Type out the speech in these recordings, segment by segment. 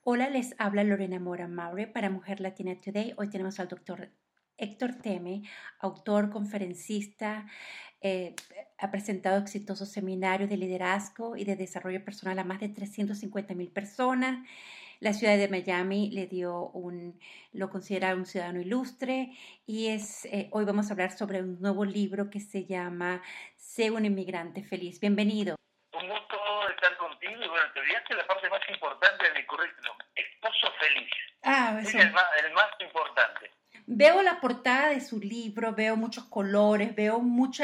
Hola, les habla Lorena Mora Maure para Mujer Latina Today. Hoy tenemos al doctor Héctor Teme, autor, conferencista, eh, ha presentado exitosos seminarios de liderazgo y de desarrollo personal a más de 350,000 personas. La ciudad de Miami lo considera un ciudadano ilustre y hoy vamos a hablar sobre un nuevo libro que se llama Sé un inmigrante feliz. Bienvenido. Un gusto estar contigo y bueno, te olvidaste la parte más importante de mi currículum, esposo feliz. Eso. Es el más importante. Veo la portada de su libro, veo muchos colores, veo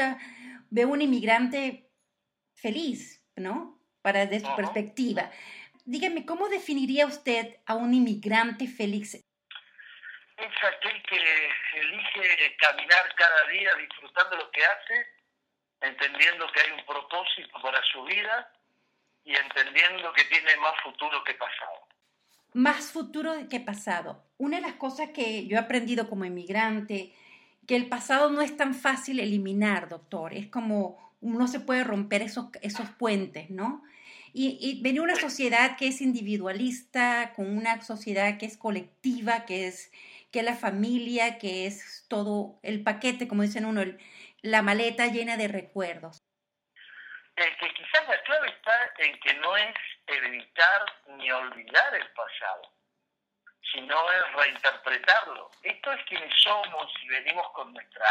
un inmigrante feliz, ¿no? De su perspectiva. Dígame, ¿cómo definiría usted a un inmigrante feliz? Es aquel que elige caminar cada día disfrutando lo que hace, entendiendo que hay un propósito para su vida y entendiendo que tiene más futuro que pasado. Más futuro que pasado. Una de las cosas que yo he aprendido como inmigrante, que el pasado no es tan fácil eliminar, doctor. Es como no se puede romper esos puentes, ¿no? Y venir una sociedad que es individualista, con una sociedad que es colectiva, que es la familia, que es todo el paquete, como dicen uno, la maleta llena de recuerdos. Que quizás la clave está en que no es evitar ni olvidar el pasado, sino es reinterpretarlo. Esto es quienes somos y venimos con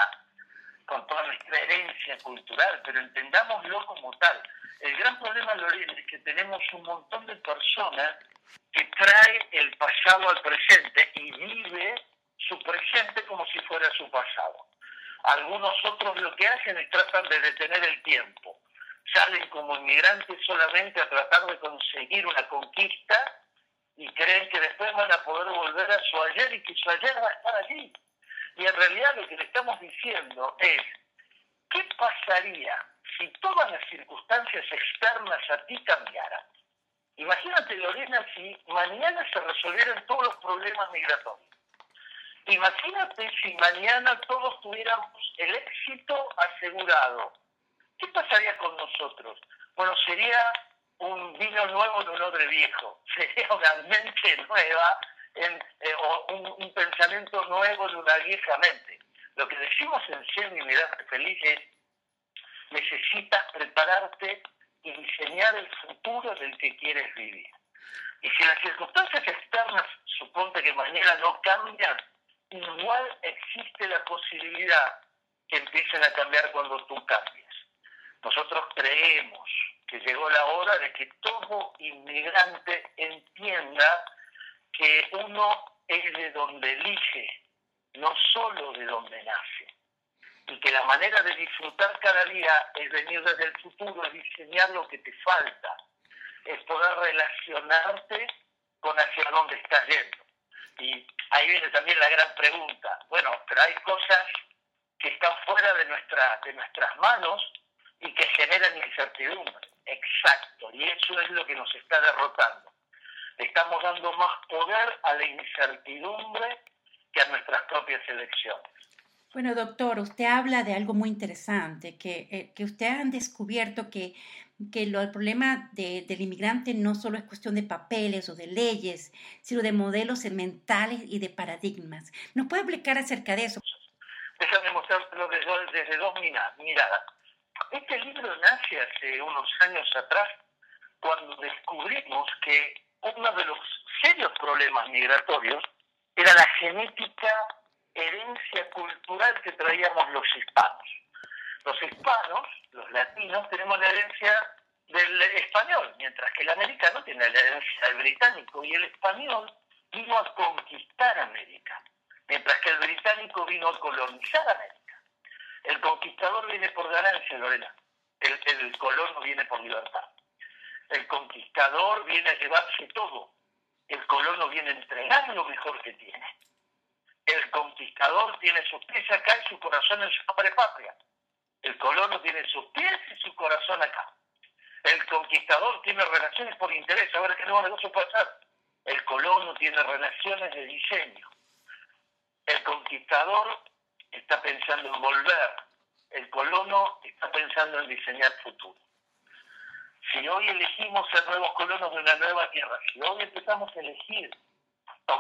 toda nuestra herencia cultural, pero entendámoslo como tal. El gran problema, Lorena, es que tenemos un montón de personas que trae el pasado al presente y vive su presente como si fuera su pasado. Algunos otros lo que hacen es tratan de detener el tiempo. Salen como inmigrantes solamente a tratar de conseguir una conquista y creen que después van a poder volver a su ayer y que su ayer va a estar allí. Y en realidad lo que le estamos diciendo es, ¿qué pasaría si todas las circunstancias externas a ti cambiaran? Imagínate, Lorena, si mañana se resolvieran todos los problemas migratorios. Imagínate si mañana todos tuviéramos el éxito asegurado. ¿Qué pasaría con nosotros? Bueno, sería un vino nuevo en un odre viejo. Sería una mente nueva o un pensamiento nuevo en una vieja mente. Lo que decimos en Ser un inmigrante feliz es, necesitas prepararte y diseñar el futuro del que quieres vivir. Y si las circunstancias externas, suponte que mañana no cambian, igual existe la posibilidad que empiecen a cambiar cuando tú cambies. Nosotros creemos que llegó la hora de que todo inmigrante entienda que uno es de donde elige, no solo de donde nace. Y que la manera de disfrutar cada día es venir desde el futuro, es diseñar lo que te falta, es poder relacionarte con hacia dónde estás yendo. Y ahí viene también la gran pregunta. Bueno, pero hay cosas que están fuera de nuestras manos y que generan incertidumbre. Exacto, y eso es lo que nos está derrotando. Le estamos dando más poder a la incertidumbre que a nuestras propias elecciones. Bueno, doctor, usted habla de algo muy interesante, que ustedes han descubierto que el problema del inmigrante no solo es cuestión de papeles o de leyes, sino de modelos mentales y de paradigmas. ¿Nos puede explicar acerca de eso? Déjame mostrártelo desde dos miradas. Este libro nace hace unos años atrás cuando descubrimos que uno de los serios problemas migratorios era la genética, herencia cultural que traíamos los hispanos. Los hispanos, los latinos, tenemos la herencia del español, mientras que el americano tiene la herencia del británico, y el español vino a conquistar América, mientras que el británico vino a colonizar América. El conquistador viene por ganancia, Lorena. El colono viene por libertad. El conquistador viene a llevarse todo. El colono viene a entregar lo mejor que tiene. El conquistador tiene sus pies acá y su corazón en su madre patria. El colono tiene sus pies y su corazón acá. El conquistador tiene relaciones por interés, a ver qué nuevo negocio puede hacer. El colono tiene relaciones de diseño. El conquistador está pensando en volver. El colono está pensando en diseñar futuro. Si hoy elegimos ser nuevos colonos de una nueva tierra, si hoy empezamos a elegir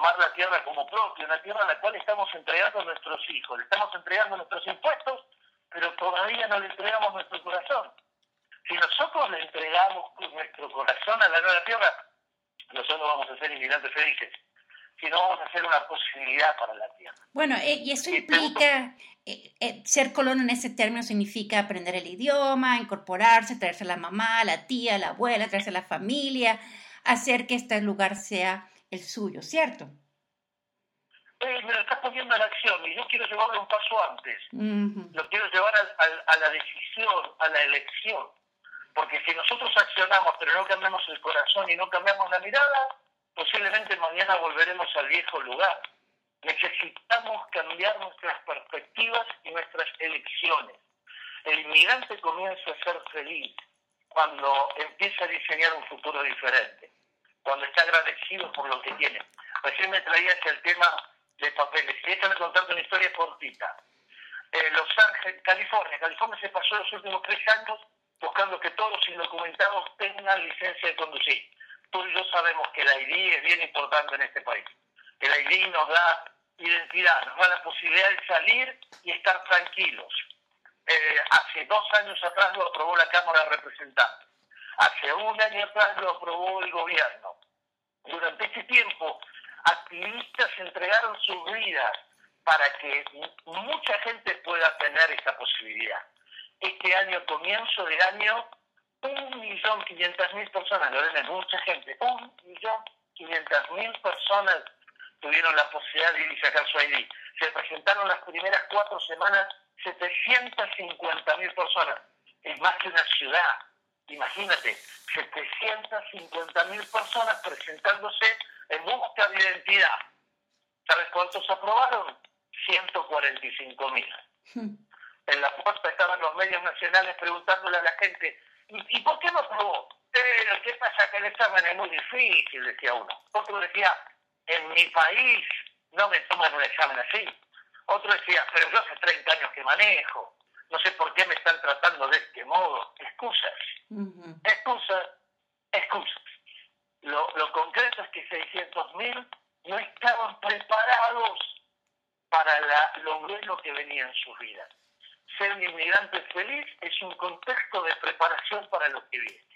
tomar la tierra como propia, una tierra a la cual estamos entregando a nuestros hijos, le estamos entregando nuestros impuestos, pero todavía no le entregamos nuestro corazón. Si nosotros le entregamos nuestro corazón a la nueva tierra, nosotros vamos a ser inmigrantes felices, sino vamos a ser una posibilidad para la tierra. Bueno, y eso implica, ser colono en ese término significa aprender el idioma, incorporarse, traerse a la mamá, a la tía, a la abuela, traerse a la familia, hacer que este lugar sea el suyo, ¿cierto? Me lo estás poniendo en acción y yo quiero llevarlo un paso antes. Uh-huh. Lo quiero llevar a la decisión, a la elección. Porque si nosotros accionamos pero no cambiamos el corazón y no cambiamos la mirada, posiblemente mañana volveremos al viejo lugar. Necesitamos cambiar nuestras perspectivas y nuestras elecciones. El inmigrante comienza a ser feliz cuando empieza a diseñar un futuro diferente, cuando está agradecido por lo que tiene. Recién me traías el tema de papeles. Y déjame contarte una historia cortita. Los Ángeles, California se pasó los últimos 3 años buscando que todos los indocumentados tengan licencia de conducir. Tú y yo sabemos que el ID es bien importante en este país. El ID nos da identidad, nos da la posibilidad de salir y estar tranquilos. Hace 2 años atrás lo aprobó la Cámara de Representantes. Hace 1 año atrás lo aprobó el gobierno. Durante ese tiempo, activistas entregaron sus vidas para que mucha gente pueda tener esa posibilidad. Este año, comienzo de año, 1.500.000 personas, Lorena, es mucha gente, 1.500.000 personas tuvieron la posibilidad de ir y sacar su ID. Se presentaron las primeras 4 semanas 750.000 personas. Es más que una ciudad. Imagínate, 750.000 personas presentándose en busca de identidad. ¿Sabes cuántos aprobaron? 145.000. En la puerta estaban los medios nacionales preguntándole a la gente, ¿y por qué no aprobó? ¿Qué pasa? Que el examen es muy difícil, decía uno. Otro decía, en mi país no me toman un examen así. Otro decía, pero yo hace 30 años que manejo. No sé por qué me están tratando de este modo. Excusas. Uh-huh. Excusas. Lo concreto es que 600.000 no estaban preparados para lo bueno que venía en sus vidas. Ser un inmigrante feliz es un contexto de preparación para lo que viene.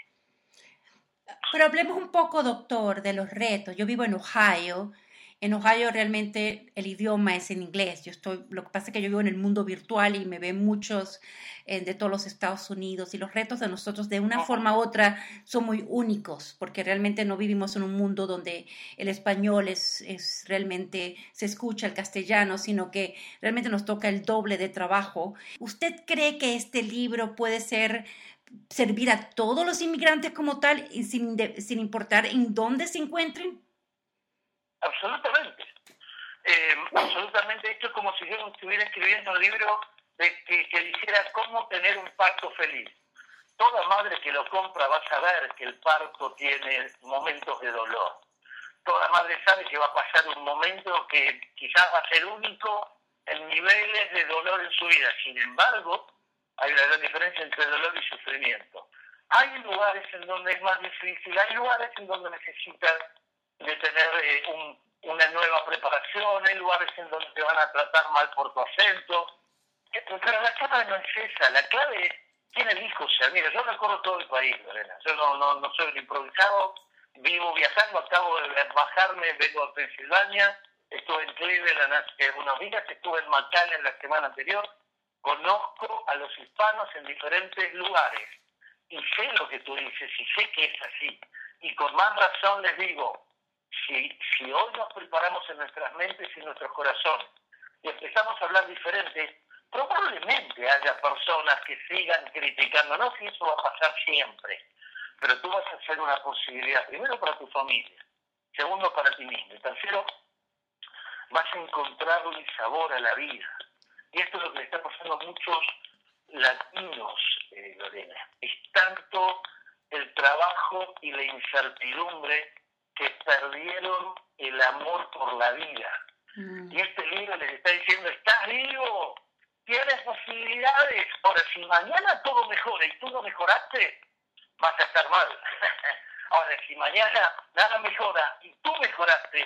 Pero hablemos un poco, doctor, de los retos. Yo vivo en Ohio. En Ohio realmente el idioma es en inglés. Lo que pasa es que yo vivo en el mundo virtual y me ven muchos de todos los Estados Unidos y los retos de nosotros de una forma u otra son muy únicos porque realmente no vivimos en un mundo donde el español es realmente se escucha el castellano, sino que realmente nos toca el doble de trabajo. ¿Usted cree que este libro puede servir a todos los inmigrantes como tal y sin importar en dónde se encuentren? Absolutamente. Absolutamente. Esto es como si yo estuviera escribiendo un libro que dijera cómo tener un parto feliz. Toda madre que lo compra va a saber que el parto tiene momentos de dolor. Toda madre sabe que va a pasar un momento que quizás va a ser único en niveles de dolor en su vida. Sin embargo, hay una gran diferencia entre dolor y sufrimiento. Hay lugares en donde es más difícil, hay lugares en donde necesitas de tener una nueva preparación, hay lugares en donde te van a tratar mal por tu acento. Pero la clave no es esa, la clave es quién elijo ser. Mira, yo recorro todo el país, Lorena. Yo no soy un improvisado, vivo viajando, acabo de bajarme, vengo a Pensilvania, estuve en Cleveland hace unos días, estuve en McAllen la semana anterior, conozco a los hispanos en diferentes lugares y sé lo que tú dices y sé que es así. Y con más razón les digo, si hoy nos preparamos en nuestras mentes y en nuestros corazones y empezamos a hablar diferente, probablemente haya personas que sigan criticándonos y eso va a pasar siempre. Pero tú vas a ser una posibilidad, primero para tu familia, segundo para ti mismo, y tercero, vas a encontrar un sabor a la vida. Y esto es lo que le está pasando a muchos latinos, Lorena. Es tanto el trabajo y la incertidumbre que perdieron el amor por la vida. Y este libro les está diciendo, estás vivo, tienes posibilidades. Ahora, si mañana todo mejora y tú no mejoraste, vas a estar mal. Ahora, si mañana nada mejora y tú mejoraste,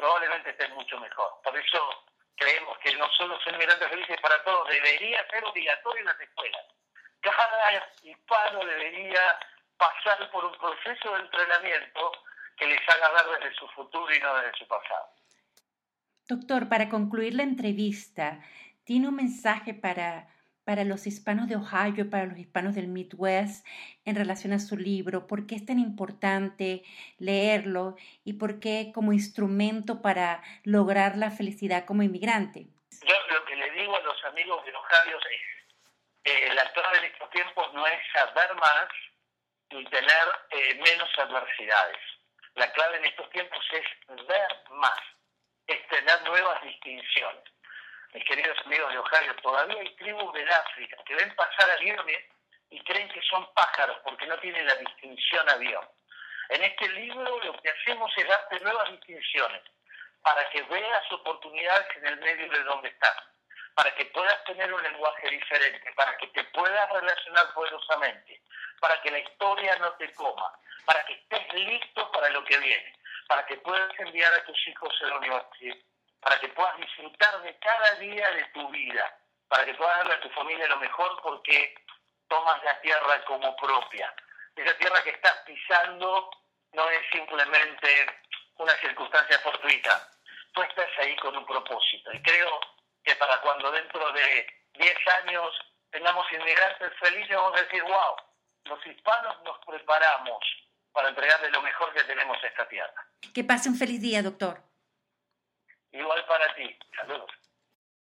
probablemente estén mucho mejor. Por eso creemos que no solo ser migrantes felices para todos, debería ser obligatorio en las escuelas. Cada hispano debería pasar por un proceso de entrenamiento que les haga ver desde su futuro y no desde su pasado. Doctor, para concluir la entrevista, ¿tiene un mensaje para los hispanos de Ohio, para los hispanos del Midwest en relación a su libro? ¿Por qué es tan importante leerlo y por qué como instrumento para lograr la felicidad como inmigrante? Yo lo que le digo a los amigos de Ohio es, la clave en estos tiempos no es saber más y tener menos adversidades. La clave en estos tiempos es ver más, es tener nuevas distinciones. Mis queridos amigos de Ohio, todavía hay tribus del África que ven pasar aviones y creen que son pájaros porque no tienen la distinción avión. En este libro lo que hacemos es darte nuevas distinciones para que veas oportunidades en el medio de donde estás, para que puedas tener un lenguaje diferente, para que te puedas relacionar poderosamente, para que la historia no te coma, para que estés listo para lo que viene, para que puedas enviar a tus hijos a la universidad, para que puedas disfrutar de cada día de tu vida, para que puedas darle a tu familia lo mejor porque tomas la tierra como propia. Esa tierra que estás pisando no es simplemente una circunstancia fortuita. Tú estás ahí con un propósito. Y creo que para cuando dentro de 10 años tengamos inmigrantes felices, vamos a decir, wow, los hispanos nos preparamos para entregarle lo mejor que tenemos a esta tierra. Que pase un feliz día, doctor. Igual para ti. Saludos.